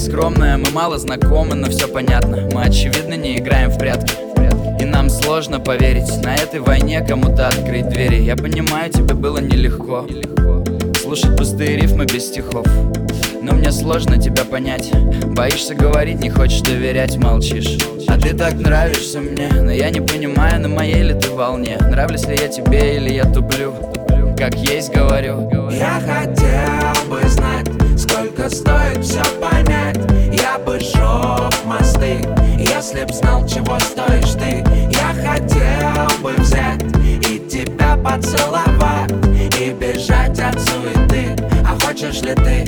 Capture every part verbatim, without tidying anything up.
скромная, мы мало знакомы, но все понятно. Мы очевидно не играем в прятки. И нам сложно поверить, на этой войне кому-то открыть двери. Я понимаю, тебе было нелегко слушать пустые рифмы без стихов, но мне сложно тебя понять. Боишься говорить, не хочешь доверять, молчишь. А ты так нравишься мне, но я не понимаю, на моей ли ты волне. Нравлюсь ли я тебе или я туплю? Как есть говорю. Я хотел бы знать, сколько стоит все понять. Я бы сжег мосты, если б знал, чего стоишь ты. Я хотел бы взять и тебя поцеловать и бежать от суеты. А хочешь ли ты?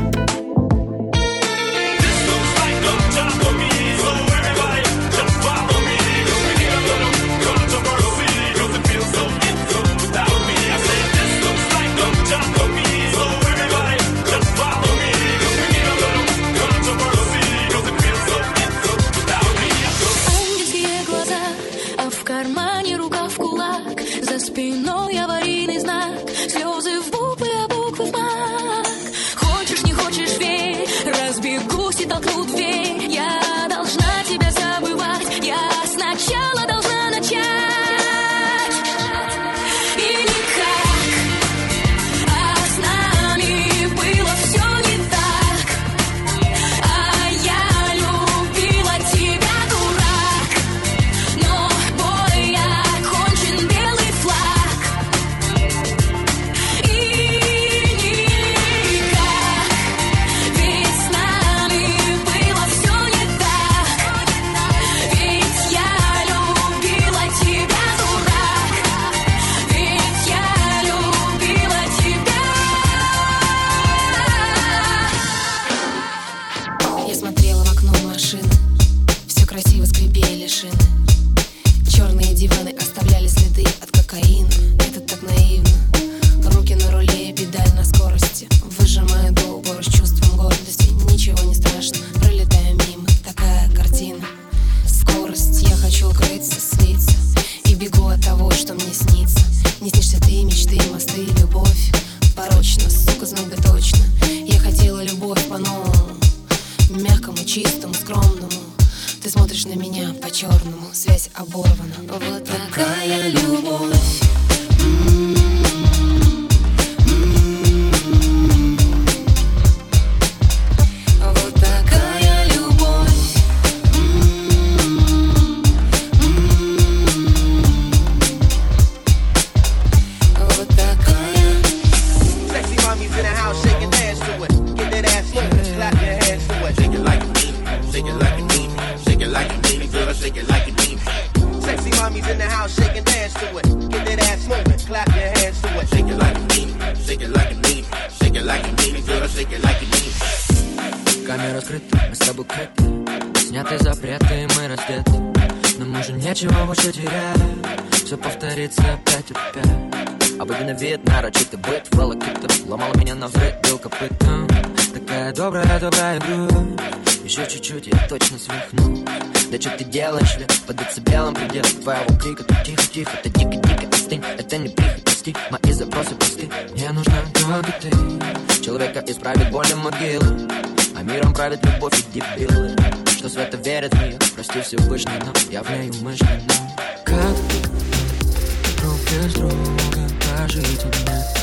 Спиной аварийный знак, слезы в буквы, а буквы в мак. Хочешь, не хочешь, верь, разбегусь и толкну дверь. Я должна тебя забывать, я сначала должна начать. И никак, а с нами было все не так. А я любила тебя, дурак, но бой окончен, белый флаг. Красиво скрипели шины, черные диваны оставляли следы от кокаина. Это так наивно. Руки на руле, педаль на скорости. Выжимаю до упора с чувством гордости. Ничего не страшно, пролетаю мимо. Такая картина. Скорость, я хочу укрыться, слиться. И бегу от того, что мне снится. Не снишься ты, мечты, мосты, любовь. Порочно, сука, знать бы точно. Я хотела любовь по-новому, мягкому, чистому, скромному. Ты смотришь на меня по-черному, связь оборвана. Вот такая любовь. Вот такая любовь. Вот такая. Sexy mommies in the house, shake your dance to it. Get that ass moving, clap your hands to it. Shake it like me, shake it like me. Shake it like you mean it, girl, shake it like you mean it. Sexy mommies in the house, shake and dance to it. Get that ass moving, clap your hands to it. Shake it like you mean it, shake it like you mean it. Shake it like you mean it, girl, shake it like you mean it. Камера скрыта, мы с тобой крыты. Сняты запреты, мы раздеты. Но мы же нечего больше терять. Все повторится опять опять. Обыденный вид, нарочитый быт, волокита. Ломала меня на взрыв, бил копытом. Такая добрая, добрая грудь. Еще чуть-чуть, я точно свихну. Да что ты делаешь, ли? Под децибелом предел твоего крика. Тут тихо-тихо, это дико-дико, остынь. Это не прихоть, прости, мои запросы просты. Мне нужна только ты. Человека исправит боль могилы, а миром правит любовь и дебилы. Что свято верит в мир, прости Всевышний, но я в ней умышленно. Как друг без друга прожить у меня?